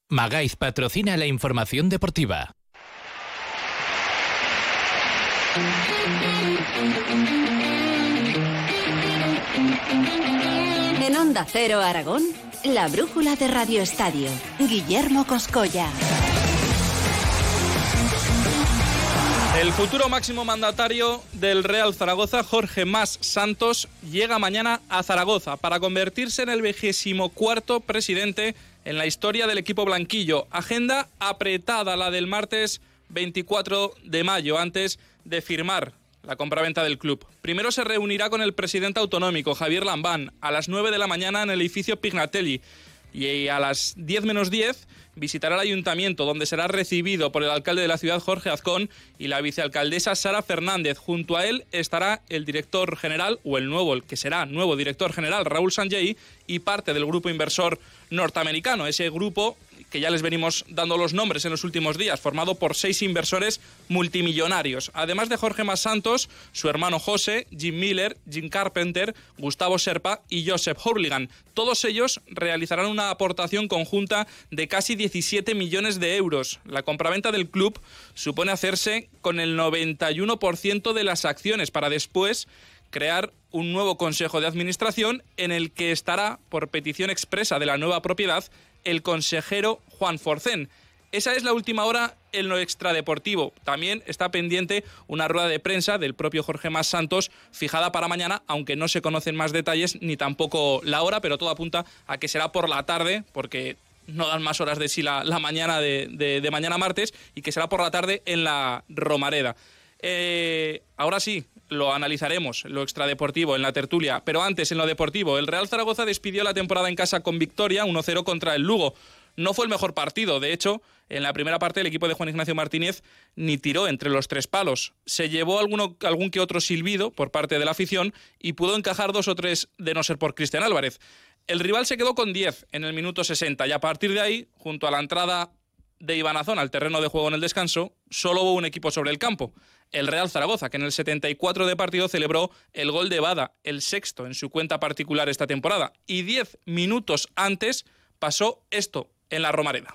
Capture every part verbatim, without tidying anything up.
Magaiz patrocina la información deportiva. En Onda Cero Aragón, la brújula de Radio Estadio. Guillermo Coscolla. El futuro máximo mandatario del Real Zaragoza, Jorge Mas Santos, llega mañana a Zaragoza para convertirse en el vigésimo cuarto presidente en la historia del equipo blanquillo. Agenda apretada la del martes veinticuatro de mayo, antes de firmar la compraventa del club. Primero se reunirá con el presidente autonómico, Javier Lambán, a las nueve de la mañana en el edificio Pignatelli. Y a las diez menos diez visitará el ayuntamiento, donde será recibido por el alcalde de la ciudad, Jorge Azcón, y la vicealcaldesa Sara Fernández. Junto a él estará el director general, o el nuevo, el que será nuevo director general, Raúl Sanjay, y parte del grupo inversor norteamericano. Ese grupo que ya les venimos dando los nombres en los últimos días, formado por seis inversores multimillonarios. Además de Jorge Mas Santos, su hermano José, Jim Miller, Jim Carpenter, Gustavo Serpa y Joseph Hurligan. Todos ellos realizarán una aportación conjunta de casi diecisiete millones de euros. La compraventa del club supone hacerse con el noventa y uno por ciento de las acciones, para después crear un nuevo consejo de administración en el que estará, por petición expresa de la nueva propiedad, el consejero Juan Forcén. Esa es la última hora en lo extradeportivo. También está pendiente una rueda de prensa del propio Jorge Mas Santos, fijada para mañana, aunque no se conocen más detalles ni tampoco la hora, pero todo apunta a que será por la tarde, porque no dan más horas de sí la, la mañana de, de, de mañana martes, y que será por la tarde en la Romareda. Eh, ahora sí, lo analizaremos, lo extradeportivo, en la tertulia. Pero antes, en lo deportivo, el Real Zaragoza despidió la temporada en casa con victoria uno cero contra el Lugo. No fue el mejor partido. De hecho, en la primera parte el equipo de Juan Ignacio Martínez ni tiró entre los tres palos. Se llevó alguno, algún que otro silbido por parte de la afición y pudo encajar dos o tres, de no ser por Cristian Álvarez. El rival se quedó con diez en el minuto sesenta, y a partir de ahí, junto a la entrada de Iván Azón al terreno de juego en el descanso, solo hubo un equipo sobre el campo, el Real Zaragoza, que en el setenta y cuatro de partido celebró el gol de Bada, el sexto en su cuenta particular esta temporada, y diez minutos antes pasó esto en la Romareda.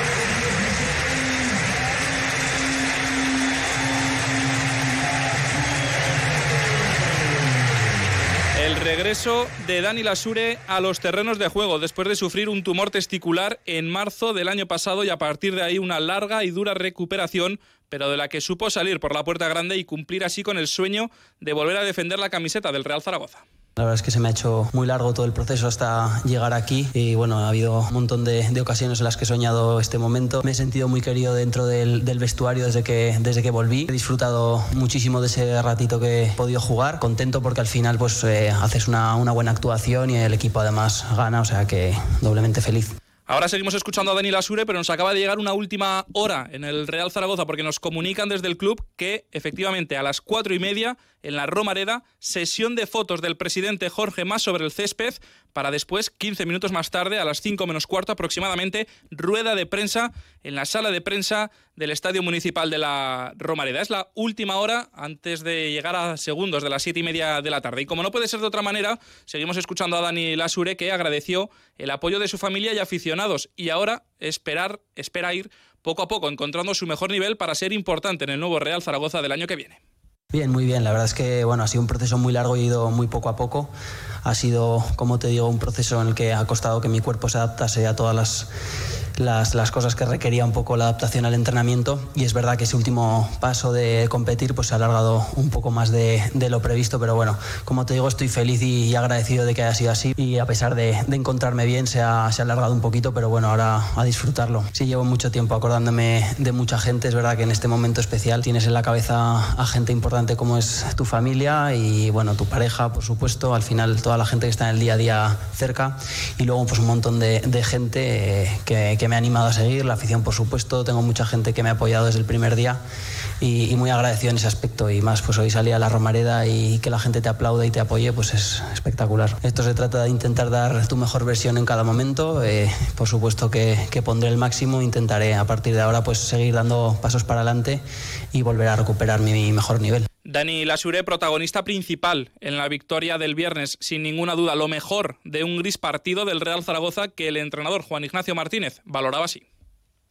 El regreso de Dani Lasure a los terrenos de juego después de sufrir un tumor testicular en marzo del año pasado, y a partir de ahí una larga y dura recuperación, pero de la que supo salir por la puerta grande y cumplir así con el sueño de volver a defender la camiseta del Real Zaragoza. La verdad es que se me ha hecho muy largo todo el proceso hasta llegar aquí, y bueno, ha habido un montón de, de ocasiones en las que he soñado este momento. Me he sentido muy querido dentro del, del vestuario desde que, desde que volví. He disfrutado muchísimo de ese ratito que he podido jugar, contento porque al final pues eh, haces una, una buena actuación y el equipo además gana, o sea que doblemente feliz. Ahora seguimos escuchando a Dani Lasure, pero nos acaba de llegar una última hora en el Real Zaragoza, porque nos comunican desde el club que efectivamente a las cuatro y media en la Romareda, sesión de fotos del presidente Jorge Mas sobre el césped, para después, quince minutos más tarde, a las cinco menos cuarto aproximadamente, rueda de prensa en la sala de prensa del Estadio Municipal de la Romareda. Es la última hora antes de llegar a segundos de las siete y media de la tarde. Y como no puede ser de otra manera, seguimos escuchando a Dani Lasure, que agradeció el apoyo de su familia y aficionados, y ahora esperar, espera ir poco a poco encontrando su mejor nivel para ser importante en el nuevo Real Zaragoza del año que viene. Bien, muy bien. La verdad es que bueno, ha sido un proceso muy largo y he ido muy poco a poco. Ha sido, como te digo, un proceso en el que ha costado que mi cuerpo se adaptase a todas las, las, las cosas que requería un poco la adaptación al entrenamiento, y es verdad que ese último paso de competir pues se ha alargado un poco más de, de lo previsto, pero bueno, como te digo, estoy feliz y, y agradecido de que haya sido así, y a pesar de, de encontrarme bien se ha, se ha alargado un poquito, pero bueno, ahora a disfrutarlo. Sí, llevo mucho tiempo acordándome de mucha gente. Es verdad que en este momento especial tienes en la cabeza a gente importante como es tu familia y bueno, tu pareja, por supuesto, al final toda la gente que está en el día a día cerca, y luego pues un montón de, de gente eh, que, que me ha animado a seguir, la afición por supuesto. Tengo mucha gente que me ha apoyado desde el primer día y, y muy agradecido en ese aspecto, y más pues hoy salí a la Romareda y que la gente te aplaude y te apoye, pues es espectacular. Esto se trata de intentar dar tu mejor versión en cada momento. Eh, por supuesto que, que pondré el máximo, intentaré a partir de ahora pues seguir dando pasos para adelante y volver a recuperar mi mejor nivel. Dani Lasure, protagonista principal en la victoria del viernes, sin ninguna duda, lo mejor de un gris partido del Real Zaragoza que el entrenador Juan Ignacio Martínez valoraba así.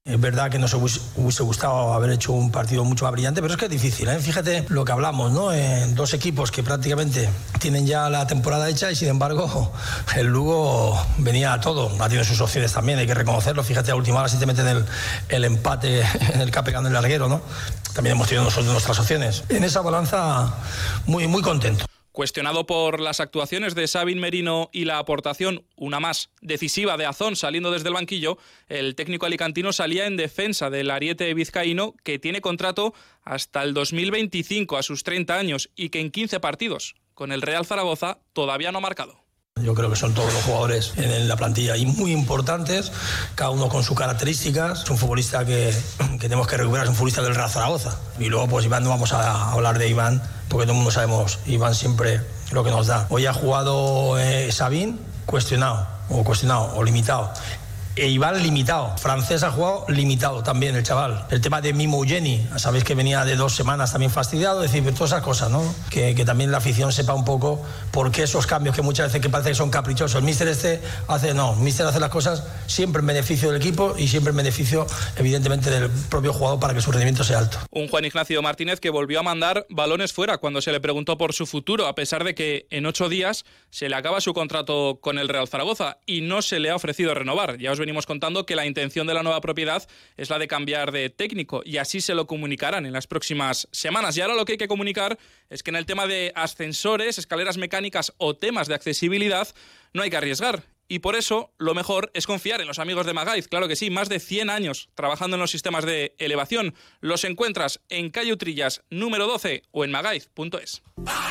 Es verdad que nos hubiese gustado haber hecho un partido mucho más brillante, pero es que es difícil, ¿eh? Fíjate lo que hablamos, ¿no? En dos equipos que prácticamente tienen ya la temporada hecha y sin embargo el Lugo venía a todo. Ha tenido sus opciones también, hay que reconocerlo. Fíjate, a última hora si te meten el, el empate en el que ha pegado el larguero, ¿no? También hemos tenido nosotros nuestras opciones. En esa balanza muy, muy contento. Cuestionado por las actuaciones de Sabin Merino y la aportación, una más, decisiva de Azón saliendo desde el banquillo, el técnico alicantino salía en defensa del ariete vizcaíno, que tiene contrato hasta el dos mil veinticinco a sus treinta años y que en quince partidos con el Real Zaragoza todavía no ha marcado. Yo creo que son todos los jugadores en la plantilla y muy importantes, cada uno con sus características. Es un futbolista que, que tenemos que recuperar, es un futbolista del Real Zaragoza. Y luego, pues Iván, no vamos a hablar de Iván, porque todo el mundo sabemos, Iván siempre lo que nos da. Hoy ha jugado eh, Sabin, cuestionado, o cuestionado, o limitado. E Iván limitado. Francés ha jugado limitado también el chaval. El tema de Mimo Eugeni, sabéis que venía de dos semanas también fastidiado, es decir, todas esas cosas, ¿no? Que, que también la afición sepa un poco por qué esos cambios que muchas veces que parece que son caprichosos. El míster este hace, no, el míster hace las cosas siempre en beneficio del equipo y siempre en beneficio, evidentemente, del propio jugador para que su rendimiento sea alto. Un Juan Ignacio Martínez que volvió a mandar balones fuera cuando se le preguntó por su futuro, a pesar de que en ocho días se le acaba su contrato con el Real Zaragoza y no se le ha ofrecido renovar. Ya os venimos contando que la intención de la nueva propiedad es la de cambiar de técnico y así se lo comunicarán en las próximas semanas. Y ahora lo que hay que comunicar es que en el tema de ascensores, escaleras mecánicas o temas de accesibilidad no hay que arriesgar. Y por eso lo mejor es confiar en los amigos de Magaiz. Claro que sí, más de cien años trabajando en los sistemas de elevación. Los encuentras en calle Utrillas número doce o en magaiz punto es.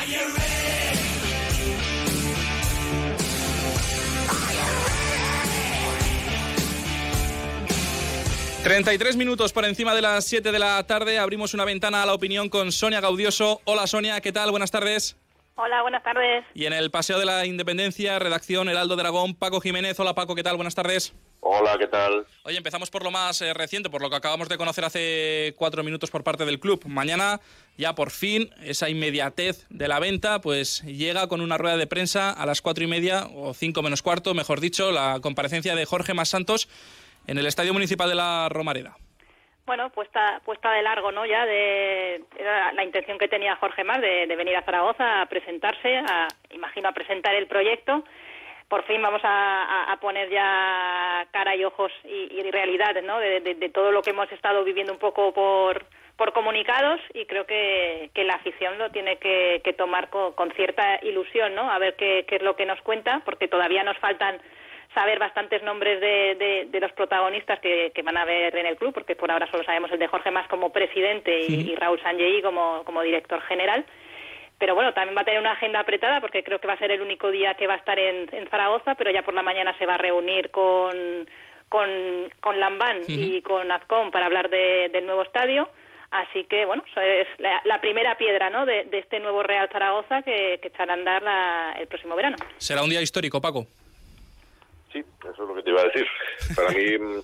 treinta y tres minutos por encima de las siete de la tarde. Abrimos una ventana a la opinión con Sonia Gaudioso. Hola Sonia, ¿qué tal? Buenas tardes. Hola, buenas tardes. Y en el Paseo de la Independencia, redacción Heraldo de Aragón, Paco Jiménez. Hola Paco, ¿qué tal? Buenas tardes. Hola, ¿qué tal? Oye, empezamos por lo más eh, reciente, por lo que acabamos de conocer hace cuatro minutos por parte del club. Mañana, ya por fin, esa inmediatez de la venta, pues llega con una rueda de prensa a las cuatro y media, o cinco menos cuarto, mejor dicho, la comparecencia de Jorge Mas Santos en el Estadio Municipal de la Romareda. Bueno, puesta, puesta de largo, ¿no? Ya de era la intención que tenía Jorge Mas de, de venir a Zaragoza a presentarse, a, imagino a presentar el proyecto. Por fin vamos a, a, a poner ya cara y ojos y, y realidades, ¿no? De, de, de todo lo que hemos estado viviendo un poco por, por comunicados y creo que, que la afición lo tiene que, que tomar con, con cierta ilusión, ¿no? A ver qué, qué es lo que nos cuenta, porque todavía nos faltan saber bastantes nombres de, de, de los protagonistas que, que van a ver en el club, porque por ahora solo sabemos el de Jorge Mas como presidente y, sí. y Raúl Sanllehy como, como director general. Pero bueno, también va a tener una agenda apretada porque creo que va a ser el único día que va a estar en, en Zaragoza, pero ya por la mañana se va a reunir con, con, con Lambán sí. y con Azcón para hablar de, del nuevo estadio. Así que, bueno, es la, la primera piedra, ¿no? de, de este nuevo Real Zaragoza que, que echará a andar la, el próximo verano. Será un día histórico, Paco. Sí, eso es lo que te iba a decir. Para mí, eh,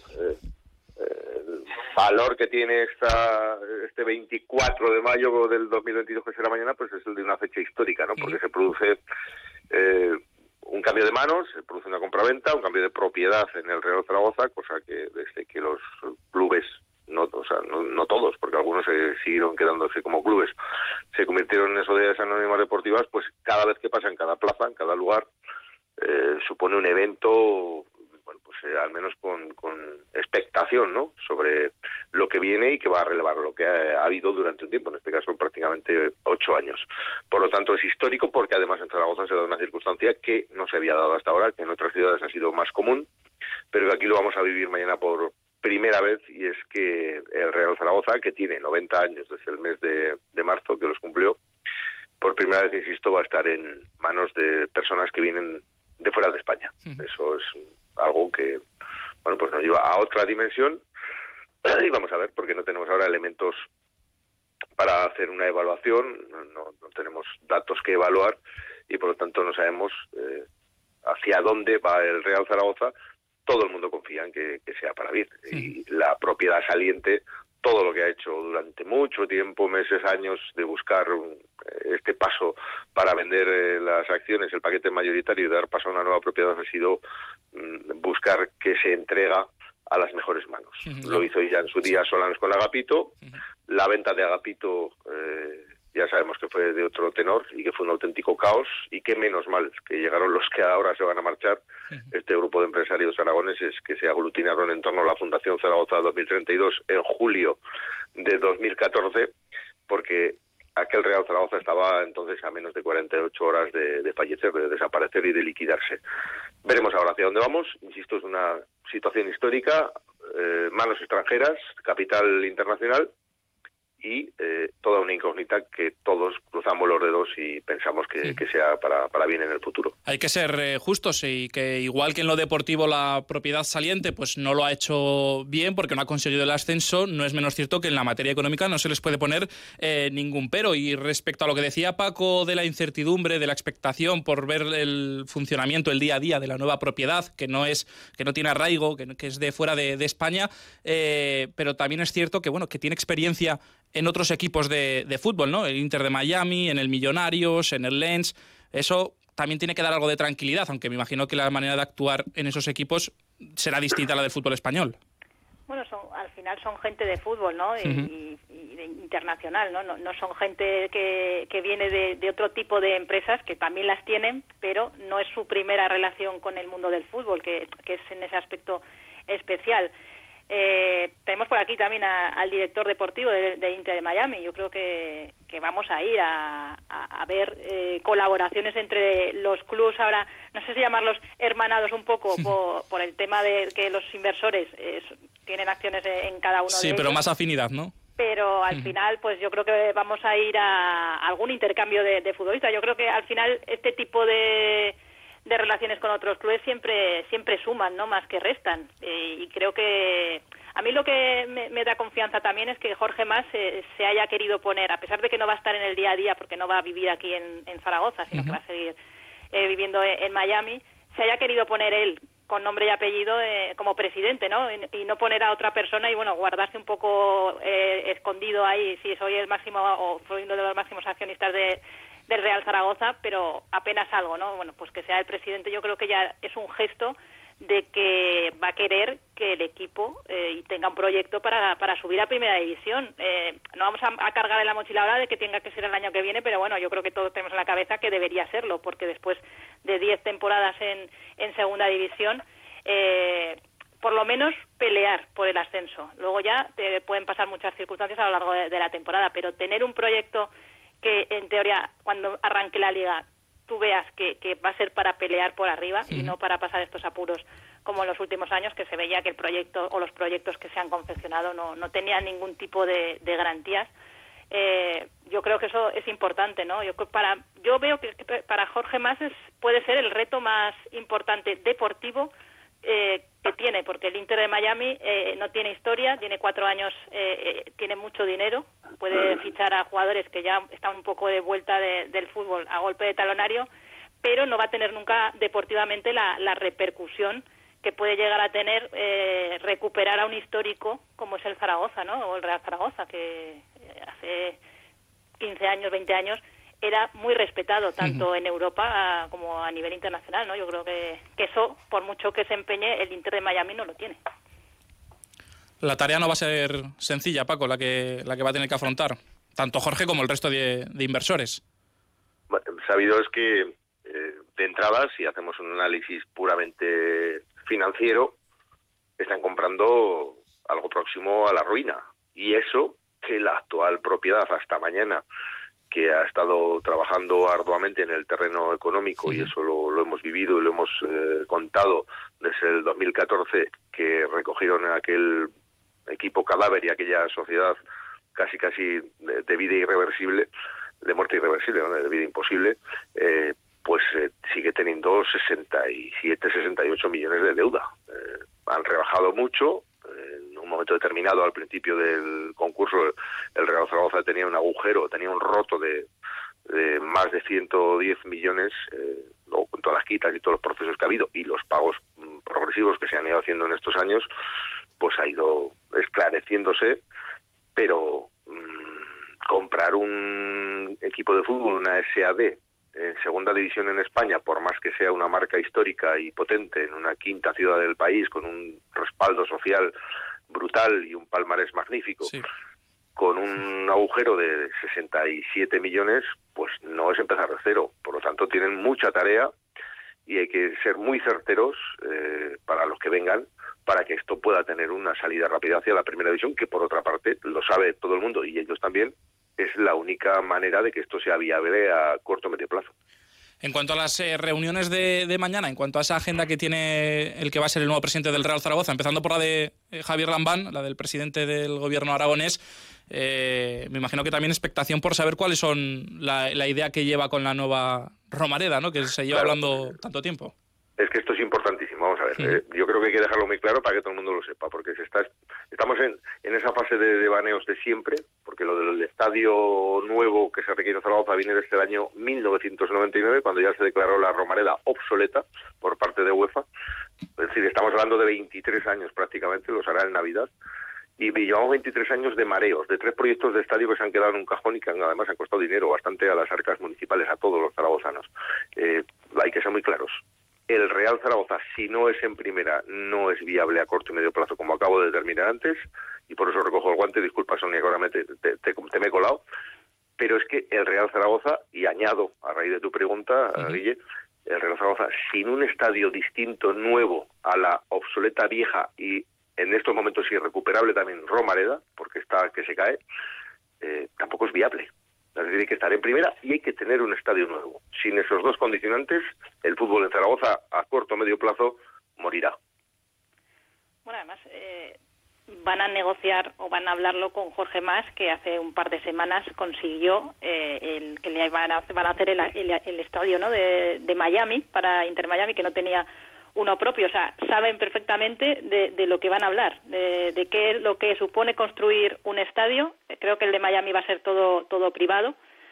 el valor que tiene esta, este veinticuatro de mayo del dos mil veintidós, que será mañana, pues es el de una fecha histórica, ¿no? Porque se produce eh, un cambio de manos, se produce una compraventa, un cambio de propiedad en el Real Zaragoza, cosa que desde que los clubes, no, o sea, no, no todos, porque algunos se siguieron quedándose como clubes, se convirtieron en sociedades anónimas deportivas, pues cada vez que pasa en cada plaza, en cada lugar, Eh, supone un evento, bueno, pues eh, al menos con, con expectación, ¿no? Sobre lo que viene y que va a relevar lo que ha, ha habido durante un tiempo, en este caso prácticamente ocho años. Por lo tanto es histórico porque además en Zaragoza se da una circunstancia que no se había dado hasta ahora, que en otras ciudades ha sido más común, pero que aquí lo vamos a vivir mañana por primera vez, y es que el Real Zaragoza, que tiene noventa años desde el mes de, de marzo, que los cumplió, por primera vez, insisto, va a estar en manos de personas que vienen de fuera de España. Uh-huh. Eso es algo que, bueno, pues nos lleva a otra dimensión y vamos a ver, porque no tenemos ahora elementos para hacer una evaluación, no, no tenemos datos que evaluar y por lo tanto no sabemos eh, hacia dónde va el Real Zaragoza. Todo el mundo confía en que, que sea para bien. Uh-huh. Y la propiedad saliente, todo lo que ha hecho durante mucho tiempo, meses, años, de buscar un, este paso para vender eh, las acciones, el paquete mayoritario y dar paso a una nueva propiedad, ha sido mm, buscar que se entrega a las mejores manos. Uh-huh. Lo hizo ya en su día Solanes con Agapito. Uh-huh. La venta de Agapito eh, ya sabemos que fue de otro tenor y que fue un auténtico caos, y que menos mal que llegaron los que ahora se van a marchar, uh-huh. este grupo de empresarios aragoneses que se aglutinaron en torno a la Fundación Zaragoza dos mil treinta y dos en julio de dos mil catorce, porque aquel Real Zaragoza estaba entonces a menos de cuarenta y ocho horas de, de fallecer, de desaparecer y de liquidarse. Veremos ahora hacia dónde vamos. Insisto, es una situación histórica, eh, manos extranjeras, capital internacional, y eh, toda una incógnita que todos cruzamos los dedos y pensamos que, sí. que sea para, para bien en el futuro. Hay que ser eh, justos, y que igual que en lo deportivo la propiedad saliente pues no lo ha hecho bien porque no ha conseguido el ascenso, no es menos cierto que en la materia económica no se les puede poner eh, ningún pero. Y respecto a lo que decía Paco de la incertidumbre, de la expectación por ver el funcionamiento, el día a día de la nueva propiedad, que no es que no tiene arraigo, que, que es de fuera de, de España, eh, pero también es cierto que bueno que tiene experiencia en otros equipos de, de fútbol, ¿no? El Inter de Miami, en el Millonarios, en el Lens. Eso también tiene que dar algo de tranquilidad, aunque me imagino que la manera de actuar en esos equipos será distinta a la del fútbol español. Bueno, son, al final son gente de fútbol, ¿no? Y, uh-huh. y, y de internacional, ¿no? No, no son gente que, que viene de, de otro tipo de empresas, que también las tienen, pero no es su primera relación con el mundo del fútbol, que, que es en ese aspecto especial. Eh, tenemos por aquí también a, al director deportivo de, de Inter de Miami. Yo creo que, que vamos a ir a, a, a ver eh, colaboraciones entre los clubes ahora, no sé si llamarlos hermanados un poco por, por el tema de que los inversores eh, tienen acciones en cada uno sí, de ellos. Sí, pero más afinidad, ¿no? Pero al uh-huh. final, pues yo creo que vamos a ir a, a algún intercambio de, de futbolistas. Yo creo que al final este tipo de de relaciones con otros clubes siempre siempre suman, no más que restan, eh, y creo que a mí lo que me, me da confianza también es que Jorge Mas se, se haya querido poner, a pesar de que no va a estar en el día a día porque no va a vivir aquí en, en Zaragoza, sino uh-huh. que va a seguir eh, viviendo en, en Miami, se haya querido poner él con nombre y apellido eh, como presidente, ¿no? Y, y no poner a otra persona y bueno, guardarse un poco eh, escondido ahí, si soy el máximo o soy uno de los máximos accionistas de del Real Zaragoza, pero apenas algo, ¿no? Bueno, pues que sea el presidente, yo creo que ya es un gesto de que va a querer que el equipo eh, tenga un proyecto para, para subir a Primera División. Eh, no vamos a, a cargar en la mochila ahora de que tenga que ser el año que viene, pero bueno, yo creo que todos tenemos en la cabeza que debería serlo, porque después de diez temporadas en, en Segunda División, eh, por lo menos pelear por el ascenso. Luego ya te pueden pasar muchas circunstancias a lo largo de, de la temporada, pero tener un proyecto que en teoría cuando arranque la liga tú veas que, que va a ser para pelear por arriba sí. y no para pasar estos apuros como en los últimos años, que se veía que el proyecto o los proyectos que se han confeccionado no, no tenían ningún tipo de, de garantías. Eh, yo creo que eso es importante, ¿no? Yo para yo veo que para Jorge Mas es, puede ser el reto más importante deportivo Eh, que tiene, porque el Inter de Miami eh, no tiene historia, tiene cuatro años, eh, eh, tiene mucho dinero, puede fichar a jugadores que ya están un poco de vuelta de, del fútbol a golpe de talonario, pero no va a tener nunca deportivamente la, la repercusión que puede llegar a tener eh, recuperar a un histórico como es el Zaragoza, ¿no? O el Real Zaragoza, que hace quince años, veinte años era muy respetado tanto uh-huh. en Europa como a nivel internacional, ¿no? Yo creo que, que eso, por mucho que se empeñe, el Inter de Miami no lo tiene. La tarea no va a ser sencilla, Paco, la que la que va a tener que afrontar, tanto Jorge como el resto de, de inversores. Sabido es que, eh, de entrada, si hacemos un análisis puramente financiero, están comprando algo próximo a la ruina. Y eso, que la actual propiedad hasta mañana, que ha estado trabajando arduamente en el terreno económico, sí. y eso lo, lo hemos vivido y lo hemos eh, contado desde el dos mil catorce, que recogieron aquel equipo cadáver y aquella sociedad casi casi de, de vida irreversible, de muerte irreversible, ¿no? De vida imposible, eh, pues eh, sigue teniendo sesenta y siete, sesenta y ocho millones de deuda. Eh, han rebajado mucho. En un momento determinado, al principio del concurso, el Real Zaragoza tenía un agujero, tenía un roto de, de más de ciento diez millones, eh, luego con todas las quitas y todos los procesos que ha habido y los pagos mm, progresivos que se han ido haciendo en estos años, pues ha ido esclareciéndose, pero mmm, comprar un equipo de fútbol, una S A D, en segunda división en España, por más que sea una marca histórica y potente en una quinta ciudad del país, con un respaldo social brutal y un palmarés magnífico, sí, con un agujero de sesenta y siete millones, pues no es empezar de cero. Por lo tanto, tienen mucha tarea y hay que ser muy certeros eh, para los que vengan, para que esto pueda tener una salida rápida hacia la primera división, que por otra parte, lo sabe todo el mundo y ellos también, es la única manera de que esto sea viable a corto o medio plazo. En cuanto a las eh, reuniones de, de mañana, en cuanto a esa agenda que tiene el que va a ser el nuevo presidente del Real Zaragoza, empezando por la de eh, Javier Lambán, la del presidente del gobierno aragonés, eh, me imagino que también expectación por saber cuáles son la, la idea que lleva con la nueva Romareda, ¿no?, que se lleva claro. hablando tanto tiempo. Es que esto es importantísimo, vamos a ver. Sí. Eh, yo creo que hay que dejarlo muy claro para que todo el mundo lo sepa, porque se está, estamos en, en esa fase de, de baneos de siempre, porque lo del estadio nuevo que se requiere en Zaragoza viene desde el año mil novecientos noventa y nueve, cuando ya se declaró la Romareda obsoleta por parte de UEFA. Es decir, estamos hablando de veintitrés años prácticamente, los hará en Navidad, y llevamos veintitrés años de mareos, de tres proyectos de estadio que se han quedado en un cajón y que han, además han costado dinero bastante a las arcas municipales, a todos los zaragozanos. Eh, hay que ser muy claros. El Real Zaragoza, si no es en primera, no es viable a corto y medio plazo, como acabo de determinar antes, y por eso recojo el guante. Disculpa, Sonia, que ahora me te, te, te, te me he colado, pero es que el Real Zaragoza, y añado, a raíz de tu pregunta, uh-huh. Guille, el Real Zaragoza, sin un estadio distinto, nuevo, a la obsoleta vieja y en estos momentos irrecuperable también Romareda, porque está que se cae, eh, tampoco es viable. Es decir, hay que estar en primera y hay que tener un estadio nuevo. Sin esos dos condicionantes, el fútbol en Zaragoza a corto o medio plazo morirá. Bueno, además eh, van a negociar o van a hablarlo con Jorge Mas, que hace un par de semanas consiguió eh, el que le van a, van a hacer el, el, el estadio, ¿no?, de, de Miami, para Inter Miami, que no tenía uno propio. O sea, saben perfectamente de, de lo que van a hablar, de, de qué es lo que supone construir un estadio. Creo que el de Miami va a ser todo todo privado,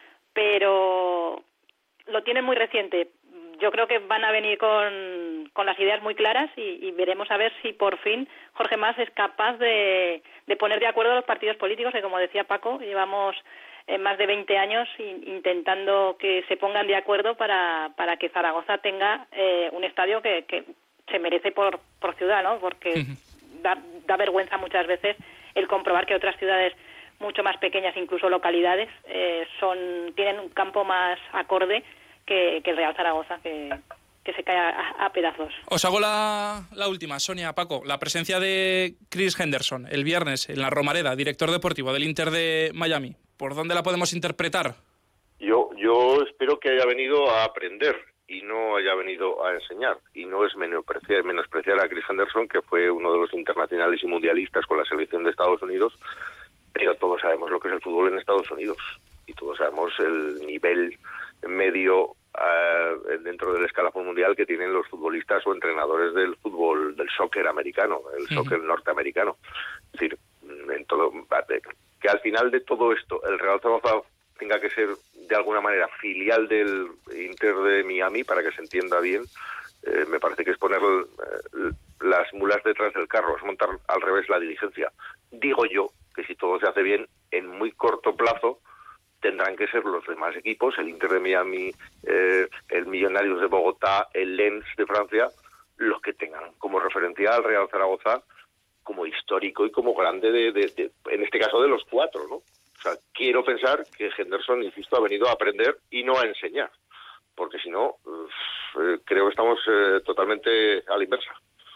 pero lo tienen muy reciente. Yo creo que van a venir con, con las ideas muy claras y, y veremos a ver si por fin Jorge Mas es capaz de, de poner de acuerdo a los partidos políticos, que, como decía Paco, llevamos en más de veinte años intentando que se pongan de acuerdo para, para que Zaragoza tenga eh, un estadio que, que se merece por, por ciudad, ¿no? Porque uh-huh. da, da vergüenza muchas veces el comprobar que otras ciudades mucho más pequeñas, incluso localidades, eh, son tienen un campo más acorde que, que el Real Zaragoza, que, que se cae a, a pedazos. Os hago la, la última, Sonia, Paco. La presencia de Chris Henderson el viernes en la Romareda, director deportivo del Inter de Miami, ¿por dónde la podemos interpretar? Yo, yo espero que haya venido a aprender y no haya venido a enseñar. Y no es menospreciar, menospreciar a Chris Henderson, que fue uno de los internacionales y mundialistas con la selección de Estados Unidos, pero todos sabemos lo que es el fútbol en Estados Unidos y todos sabemos el nivel medio uh, dentro del escalafón mundial que tienen los futbolistas o entrenadores del fútbol, del soccer americano, el sí. soccer norteamericano. Es decir, en todo, que al final de todo esto el Real Zaragoza tenga que ser de alguna manera filial del Inter de Miami, para que se entienda bien, eh, me parece que es poner eh, las mulas detrás del carro, es montar al revés la diligencia. Digo yo que si todo se hace bien, en muy corto plazo tendrán que ser los demás equipos, el Inter de Miami, eh, el Millonarios de Bogotá, el Lens de Francia, los que tengan como referencia al Real Zaragoza como histórico y como grande, de, de, de, en este caso de los cuatro, ¿no? O sea, quiero pensar que Henderson, insisto, ha venido a aprender y no a enseñar, porque si no, eh, creo que estamos eh, totalmente a la inversa.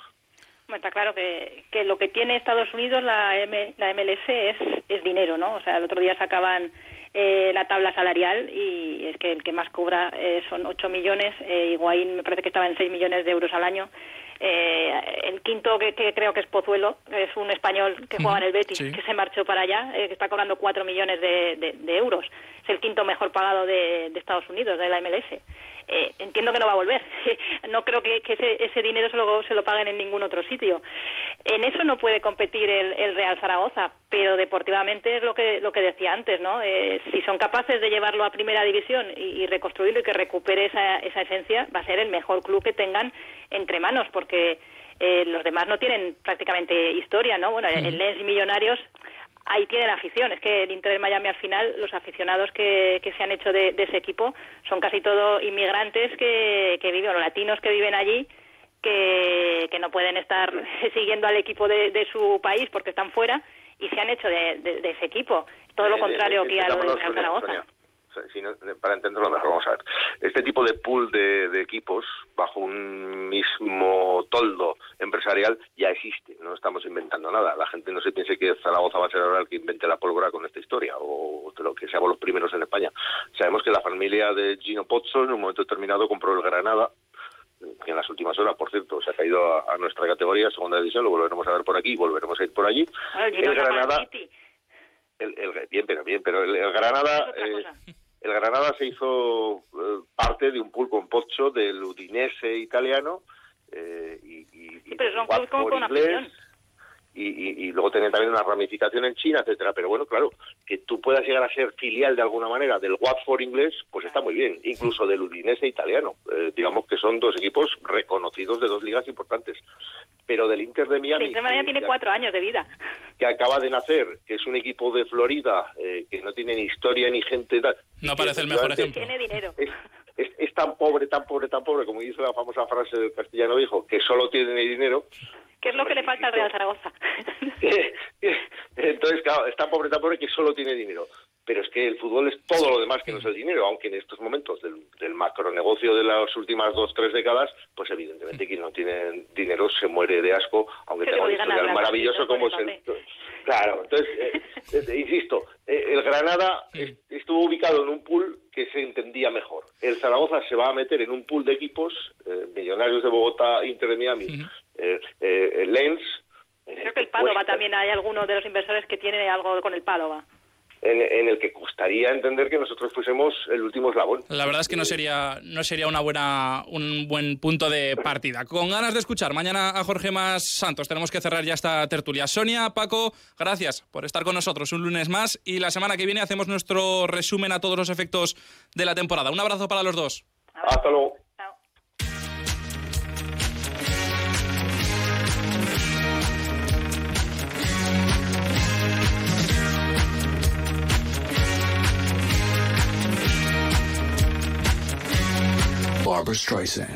Está claro que, que lo que tiene Estados Unidos, la, M, la M L S, es, es dinero, ¿no? O sea, el otro día sacaban eh, la tabla salarial y es que el que más cobra eh, son ocho millones, eh, Higuaín me parece que estaba en seis millones de euros al año. Eh, el quinto, que, que creo que es Pozuelo, es un español que juega en el Betis, sí. que se marchó para allá, eh, que está cobrando cuatro millones de, de, de euros. Es el quinto mejor pagado de, de Estados Unidos, de la M L S. Eh, entiendo que no va a volver. No creo que, que ese, ese dinero se lo, se lo paguen en ningún otro sitio. En eso no puede competir el, el Real Zaragoza, pero deportivamente es lo que lo que decía antes, ¿no? Eh, si son capaces de llevarlo a primera división y, y reconstruirlo y que recupere esa, esa esencia, va a ser el mejor club que tengan entre manos, porque eh, los demás no tienen prácticamente historia, ¿no? Bueno, el Lens y Millonarios ahí tienen afición. Es que el Inter de Miami al final, los aficionados que, que se han hecho de, de ese equipo son casi todo inmigrantes que, que viven, o latinos que viven allí, que, que no pueden estar siguiendo al equipo de, de su país porque están fuera y se han hecho de, de, de ese equipo. Todo lo contrario que a lo de Real Zaragoza. Si no, para entenderlo mejor, vamos a ver. Este tipo de pool de, de equipos bajo un mismo toldo empresarial ya existe, no estamos inventando nada. La gente no se piense que Zaragoza va a ser ahora el que invente la pólvora con esta historia o de lo que seamos los primeros en España. Sabemos que la familia de Gino Pozzo en un momento determinado compró el Granada, que en las últimas horas, por cierto, se ha caído a, a nuestra categoría, segunda división, lo volveremos a ver por aquí, volveremos a ir por allí. Bueno, el Granada... El, el, bien, pero bien, pero el, el Granada... El Granada se hizo eh, parte de un pool con Pozzo del Udinese italiano eh, y, y, sí, pero y son clubes con, con inglés y, y, y luego tienen también una ramificación en China, etcétera. Pero bueno, claro, que tú puedas llegar a ser filial de alguna manera del Watford inglés, pues está muy bien, incluso del Udinese italiano. Eh, digamos que son dos equipos reconocidos de dos ligas importantes. Pero del Inter de Miami... El Inter de Miami tiene cuatro años de vida. Que acaba de nacer, que es un equipo de Florida, eh, que no tiene ni historia ni gente... Tal, no parece el mejor ejemplo. Tiene dinero. Es, es, es tan pobre, tan pobre, tan pobre, como dice la famosa frase del castellano viejo, que solo tiene dinero... ¿Qué es lo que le falta al Real Zaragoza? Entonces, claro, es tan pobre, tan pobre que solo tiene dinero. Pero es que el fútbol es todo lo demás que no es el dinero, aunque en estos momentos del, del macronegocio de las últimas dos, tres décadas, pues evidentemente quien no tiene dinero se muere de asco, aunque tenga un historial maravilloso como es el... Claro, entonces, eh, eh, insisto, eh, el Granada est- estuvo ubicado en un pool que se entendía mejor. El Zaragoza se va a meter en un pool de equipos, eh, Millonarios de Bogotá, Inter de Miami, uh-huh. eh, eh, Lens... Creo que el Padova pues, también, hay alguno de los inversores que tiene algo con el Padova. En, en el que costaría entender que nosotros fuésemos el último eslabón. La verdad es que no sería no sería una buena un buen punto de partida. Con ganas de escuchar mañana a Jorge Mas Santos. Tenemos que cerrar ya esta tertulia. Sonia, Paco, gracias por estar con nosotros un lunes más y la semana que viene hacemos nuestro resumen a todos los efectos de la temporada. Un abrazo para los dos. Hasta luego. Barbra Streisand.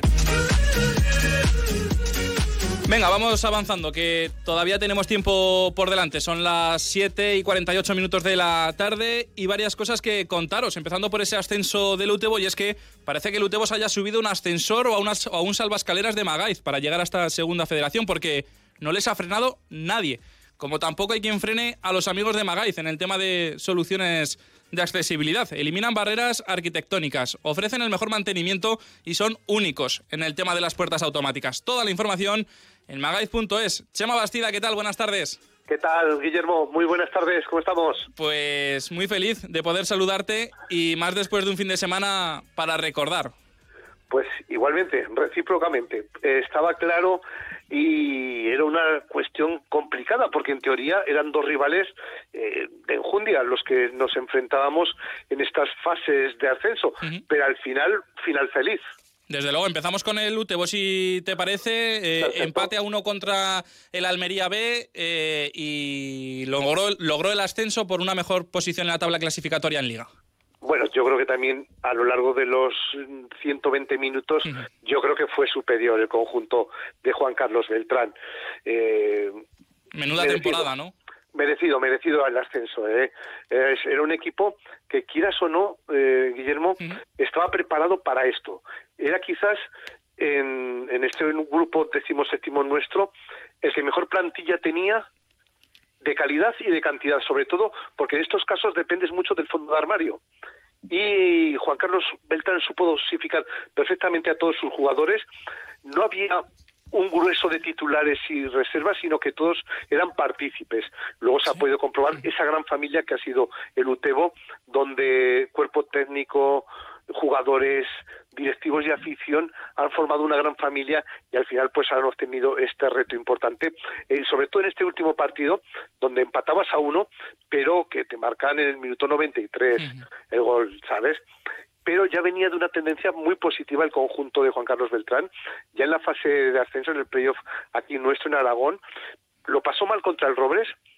Venga, vamos avanzando, que todavía tenemos tiempo por delante. Son las siete y cuarenta y ocho minutos de la tarde y varias cosas que contaros, empezando por ese ascenso del Utebo, y es que parece que el Utebo se haya subido un ascensor o a, unas, o a un salvaescaleras de Magaiz para llegar a esta segunda federación, porque no les ha frenado nadie. Como tampoco hay quien frene a los amigos de Magaiz en el tema de soluciones de accesibilidad. Eliminan barreras arquitectónicas, ofrecen el mejor mantenimiento y son únicos en el tema de las puertas automáticas. Toda la información en magaiz punto es. Chema Bastida, ¿qué tal? Buenas tardes. ¿Qué tal, Guillermo? Muy buenas tardes, ¿cómo estamos? Pues muy feliz de poder saludarte y más después de un fin de semana para recordar. Pues igualmente, recíprocamente. Eh, estaba claro y era una cuestión complicada porque en teoría eran dos rivales eh, de enjundia los que nos enfrentábamos en estas fases de ascenso, uh-huh. pero al final, final feliz. Desde luego, empezamos con el Utebo, si te parece, eh, empate a uno contra el Almería B eh, y logró, logró el ascenso por una mejor posición en la tabla clasificatoria en Liga. Bueno, yo creo que también a lo largo de los ciento veinte minutos, uh-huh. yo creo que fue superior el conjunto de Juan Carlos Beltrán. Eh, Menuda merecido, temporada, ¿no? Merecido, merecido el ascenso. ¿eh? Eh, era un equipo que, quieras o no, eh, Guillermo, uh-huh. estaba preparado para esto. Era quizás en, en este grupo decimoséptimo nuestro el que mejor plantilla tenía de calidad y de cantidad, sobre todo porque en estos casos dependes mucho del fondo de armario. Y Juan Carlos Beltrán supo dosificar perfectamente a todos sus jugadores. No había un grueso de titulares y reservas, sino que todos eran partícipes. Luego se ha podido comprobar esa gran familia que ha sido el Utebo, donde cuerpo técnico, jugadores, directivos y afición han formado una gran familia y al final pues han obtenido este reto importante, eh, sobre todo en este último partido donde empatabas a uno pero que te marcan en el minuto noventa y tres uh-huh. el gol, ¿sabes? Pero ya venía de una tendencia muy positiva el conjunto de Juan Carlos Beltrán, ya en la fase de ascenso en el playoff aquí nuestro en Aragón, lo pasó mal contra el Robles,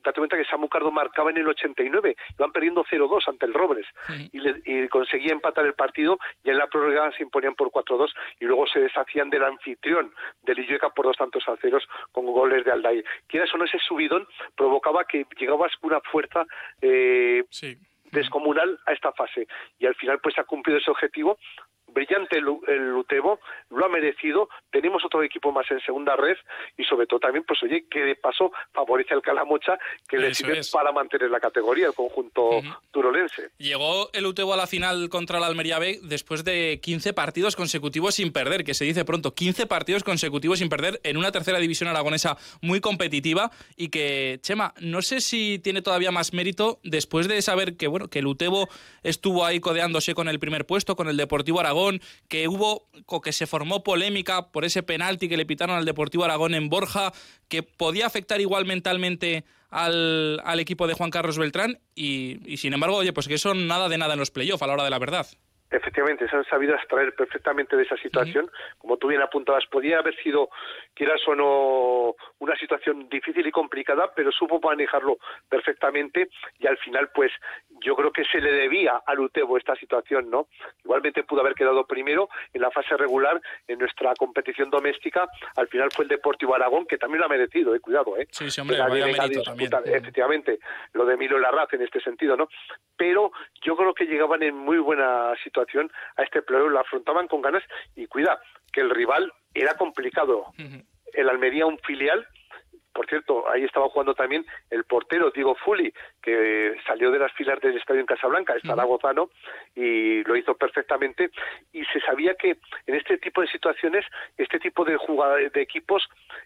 date cuenta que Samu Cardo marcaba en el ochenta y nueve, iban perdiendo cero dos ante el Robles, sí. y, le, y conseguía empatar el partido, y en la prórroga se imponían por cuatro dos, y luego se deshacían del anfitrión, del Illueca, por dos tantos a ceros, con goles de Alday. Quieras o no, ese subidón provocaba que llegabas con una fuerza eh, sí. descomunal a esta fase, y al final pues ha cumplido ese objetivo. Brillante el, el Utebo, lo ha merecido, tenemos otro equipo más en segunda red, y sobre todo también, pues oye, que de paso favorece al Calamocha, que le sirve es. para mantener la categoría, el conjunto uh-huh. turolense. Llegó el Utebo a la final contra la Almería B después de quince partidos consecutivos sin perder, que se dice pronto, quince partidos consecutivos sin perder en una tercera división aragonesa muy competitiva, y que, Chema, no sé si tiene todavía más mérito después de saber que, bueno, que el Utebo estuvo ahí codeándose con el primer puesto, con el Deportivo Aragón, que hubo, que se formó polémica por ese penalti que le pitaron al Deportivo Aragón en Borja, que podía afectar igual mentalmente al, al equipo de Juan Carlos Beltrán, y, y sin embargo, oye, pues que eso nada de nada en los playoffs a la hora de la verdad. Efectivamente, se han sabido extraer perfectamente de esa situación. Uh-huh. Como tú bien apuntabas, podía haber sido, quieras o no, una situación difícil y complicada, pero supo manejarlo perfectamente, y al final, pues, yo creo que se le debía al Utebo esta situación, ¿no? Igualmente pudo haber quedado primero en la fase regular en nuestra competición doméstica. Al final fue el Deportivo Aragón, que también lo ha merecido, eh, cuidado, ¿eh? Sí, sí, hombre, vaya mérito también. Efectivamente, lo de Milo Larraz en este sentido, ¿no? Pero yo creo que llegaban en muy buena situación a este playoff, lo afrontaban con ganas, y cuida, que el rival era complicado. Uh-huh. El Almería, un filial, por cierto, ahí estaba jugando también el portero Diego Fuli, que salió de las filas del estadio en Casablanca, es zaragozano, uh-huh. y lo hizo perfectamente, y se sabía que en este tipo de situaciones, este tipo de jugadores, de equipos,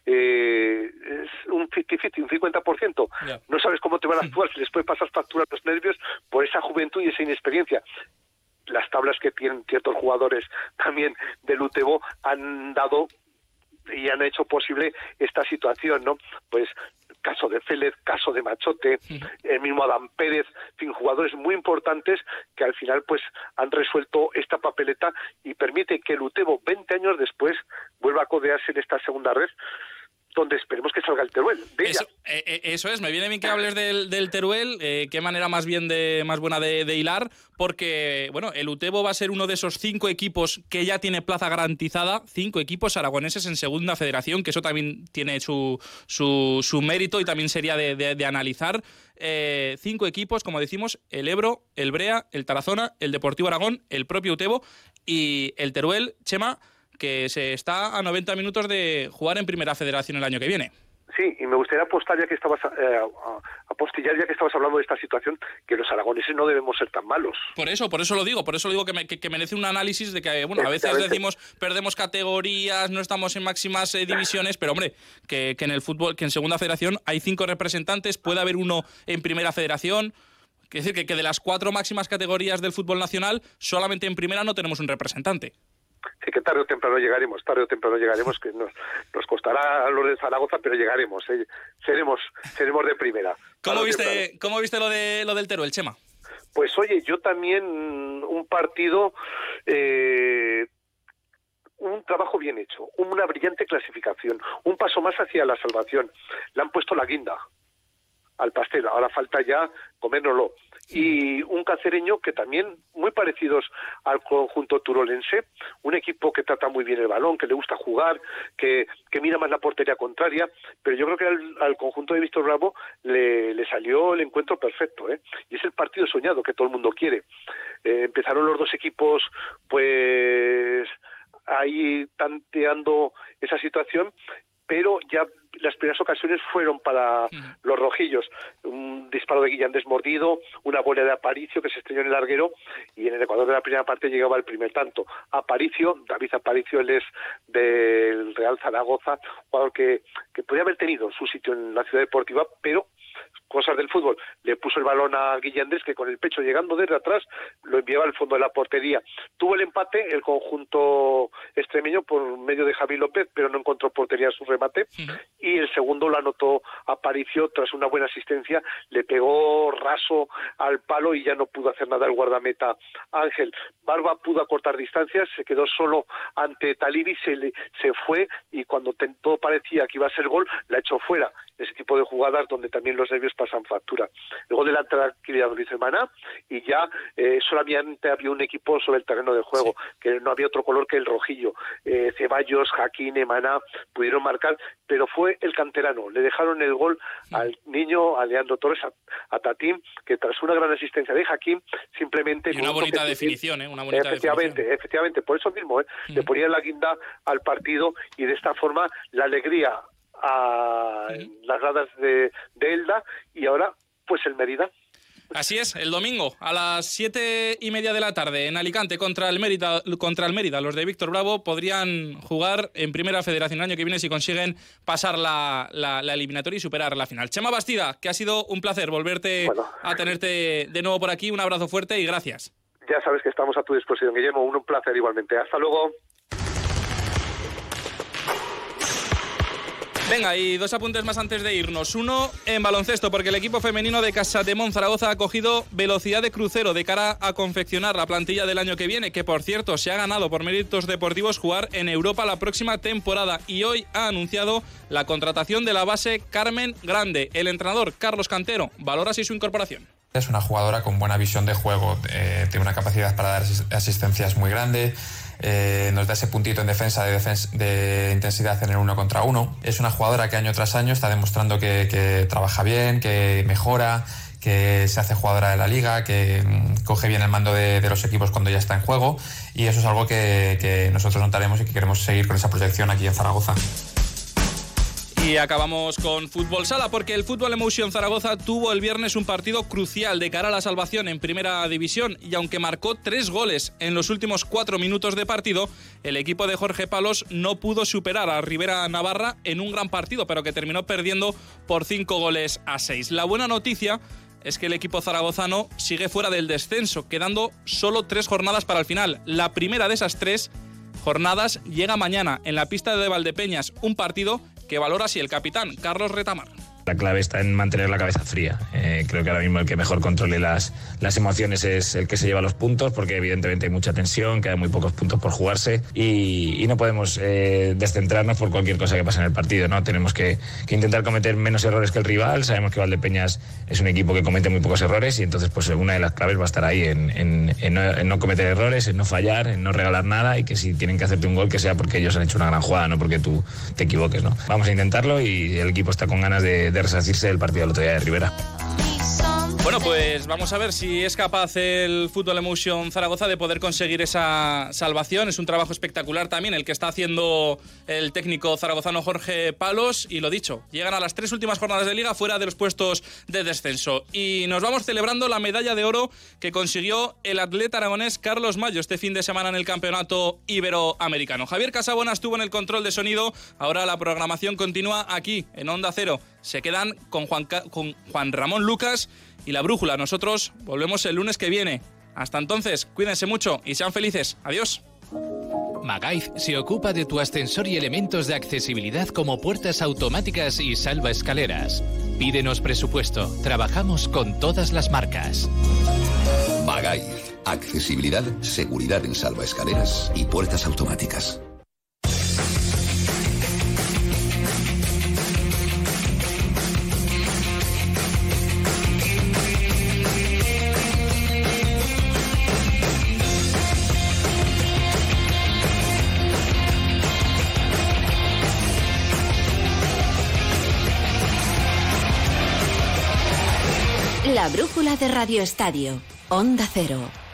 eh, es un cincuenta cincuenta, un cincuenta por ciento. Yeah. No sabes cómo te van a actuar, se les puede pasar factura a los nervios por esa juventud y esa inexperiencia. Las tablas que tienen ciertos jugadores también del Utebo han dado y han hecho posible esta situación, ¿no? Pues caso de Félez, caso de Machote, sí. el mismo Adán Pérez, en fin, jugadores muy importantes que al final pues han resuelto esta papeleta y permite que el Utebo, veinte años después, vuelva a codearse en esta segunda red, donde esperemos que salga el Teruel. De eso, eh, eso es, me viene bien que hables del, del Teruel, eh, qué manera más bien de más buena de, de hilar, porque bueno, el Utebo va a ser uno de esos cinco equipos que ya tiene plaza garantizada, cinco equipos aragoneses en segunda federación, que eso también tiene su, su, su mérito y también sería de, de, de analizar. Eh, cinco equipos, como decimos, el Ebro, el Brea, el Tarazona, el Deportivo Aragón, el propio Utebo y el Teruel, Chema, que se está a noventa minutos de jugar en Primera Federación el año que viene. Sí, y me gustaría apostar, ya que estabas eh, apostillar, ya que estabas hablando de esta situación, que los aragoneses no debemos ser tan malos. Por eso, por eso lo digo, por eso lo digo que, me, que, que merece un análisis de que, bueno, a veces decimos perdemos categorías, no estamos en máximas eh, divisiones, pero hombre, que, que en el fútbol, que en Segunda Federación hay cinco representantes, puede haber uno en Primera Federación. Quiere decir que, que de las cuatro máximas categorías del fútbol nacional, solamente en Primera no tenemos un representante. Sí, que tarde o temprano llegaremos, tarde o temprano llegaremos, que nos, nos costará lo de Zaragoza, pero llegaremos, ¿eh? seremos seremos de primera. ¿Cómo viste, ¿Cómo viste lo de lo del Teruel, Chema? Pues oye, yo también un partido, eh, un trabajo bien hecho, una brillante clasificación, un paso más hacia la salvación. Le han puesto la guinda al pastel, ahora falta ya comérnoslo. Y un cacereño que también muy parecidos al conjunto turolense, un equipo que trata muy bien el balón, que le gusta jugar, que, que mira más la portería contraria, pero yo creo que al, al conjunto de Víctor Bravo le, le salió el encuentro perfecto, ¿eh? Y es el partido soñado que todo el mundo quiere. Eh, empezaron los dos equipos pues ahí tanteando esa situación, pero ya las primeras ocasiones fueron para sí. los rojillos. Un disparo de Guillán desmordido, una bola de Aparicio que se estrelló en el larguero, y en el Ecuador de la primera parte llegaba el primer tanto. Aparicio, David Aparicio, él es del Real Zaragoza, jugador que, que podría haber tenido su sitio en la Ciudad Deportiva, pero cosas del fútbol, le puso el balón a Guillandés, que con el pecho llegando desde atrás lo enviaba al fondo de la portería. Tuvo el empate el conjunto extremeño por medio de Javi López, pero no encontró portería en su remate, sí. y el segundo lo anotó Aparicio tras una buena asistencia, le pegó raso al palo y ya no pudo hacer nada el guardameta Ángel. Barba pudo acortar distancias, se quedó solo ante Talibi, se, le, se fue, y cuando te, todo parecía que iba a ser gol, la echó fuera. ese tipo de jugadas donde también los nervios pasan factura. Luego de la tranquilidad de Luis Maná, y ya eh, solamente había un equipo sobre el terreno de juego, sí. que no había otro color que el rojillo. Eh, Ceballos, Jaquín, Maná pudieron marcar, pero fue el canterano. Le dejaron el gol sí. al niño, a Leandro Torres, a, a Tatín, que tras una gran asistencia de Jaquín, simplemente... Y una bonita un definición, ¿eh? Una bonita efectivamente, definición. efectivamente, por eso mismo, ¿eh? Mm. le ponía la guinda al partido, y de esta forma la alegría a mm. las gradas de, de Elda, y ahora pues el Mérida. Así es, el domingo a las siete y media de la tarde en Alicante contra el Mérida, contra el Mérida. Los de Víctor Bravo podrían jugar en Primera Federación el año que viene si consiguen pasar la, la, la eliminatoria y superar la final. Chema Bastida, que ha sido un placer volverte bueno. a tenerte de nuevo por aquí. Un abrazo fuerte y gracias. Ya sabes que estamos a tu disposición, Guillermo. Un placer igualmente. Hasta luego. Venga, y dos apuntes más antes de irnos. Uno en baloncesto, porque el equipo femenino de Casademont Zaragoza ha cogido velocidad de crucero de cara a confeccionar la plantilla del año que viene, que por cierto se ha ganado por méritos deportivos jugar en Europa la próxima temporada, y hoy ha anunciado la contratación de la base Carmen Grande. El entrenador Carlos Cantero valora así su incorporación. Es una jugadora con buena visión de juego, eh, tiene una capacidad para dar asistencias muy grande. Eh, nos da ese puntito en defensa de, defensa de intensidad en el uno contra uno. Es una jugadora que año tras año está demostrando que, que trabaja bien, que mejora, que se hace jugadora de la liga, que mmm, coge bien el mando de, de los equipos cuando ya está en juego, y eso es algo que, que nosotros notaremos y que queremos seguir con esa proyección aquí en Zaragoza. Y acabamos con Fútbol Sala, porque el Fútbol Emotion Zaragoza tuvo el viernes un partido crucial de cara a la salvación en Primera División, y aunque marcó tres goles en los últimos cuatro minutos de partido, el equipo de Jorge Palos no pudo superar a Rivera Navarra en un gran partido, pero que terminó perdiendo por cinco goles a seis. La buena noticia es que el equipo zaragozano sigue fuera del descenso, quedando solo tres jornadas para el final. La primera de esas tres jornadas llega mañana en la pista de Valdepeñas, un partido que valora así el capitán Carlos Retamar. La clave está en mantener la cabeza fría. Eh, creo que ahora mismo el que mejor controle las, las emociones es el que se lleva los puntos, porque evidentemente hay mucha tensión, quedan muy pocos puntos por jugarse, y, y no podemos eh, descentrarnos por cualquier cosa que pase en el partido, ¿no? Tenemos que, que intentar cometer menos errores que el rival. Sabemos que Valdepeñas es un equipo que comete muy pocos errores, y entonces pues una de las claves va a estar ahí en, en, en, no, en no cometer errores, en no fallar, en no regalar nada, y que si tienen que hacerte un gol que sea porque ellos han hecho una gran jugada, no porque tú te equivoques, ¿no? Vamos a intentarlo, y el equipo está con ganas de de resarcirse del partido del otro día de Rivera. Bueno, pues vamos a ver si es capaz el Fútbol Emotion Zaragoza de poder conseguir esa salvación. Es un trabajo espectacular también el que está haciendo el técnico zaragozano Jorge Palos, y lo dicho, llegan a las tres últimas jornadas de liga fuera de los puestos de descenso. Y nos vamos celebrando la medalla de oro que consiguió el atleta aragonés Carlos Mayo este fin de semana en el Campeonato Iberoamericano. Javier Casabona estuvo en el control de sonido. Ahora la programación continúa aquí en Onda Cero. Se quedan con Juan, con Juan Ramón Lucas y La Brújula. Nosotros volvemos el lunes que viene. Hasta entonces, cuídense mucho y sean felices. Adiós. Magaiz se ocupa de tu ascensor y elementos de accesibilidad como puertas automáticas y salvaescaleras. Pídenos presupuesto. Trabajamos con todas las marcas. Magaiz. Accesibilidad, seguridad en salvaescaleras y puertas automáticas. La brújula de Radio Estadio. Onda Cero.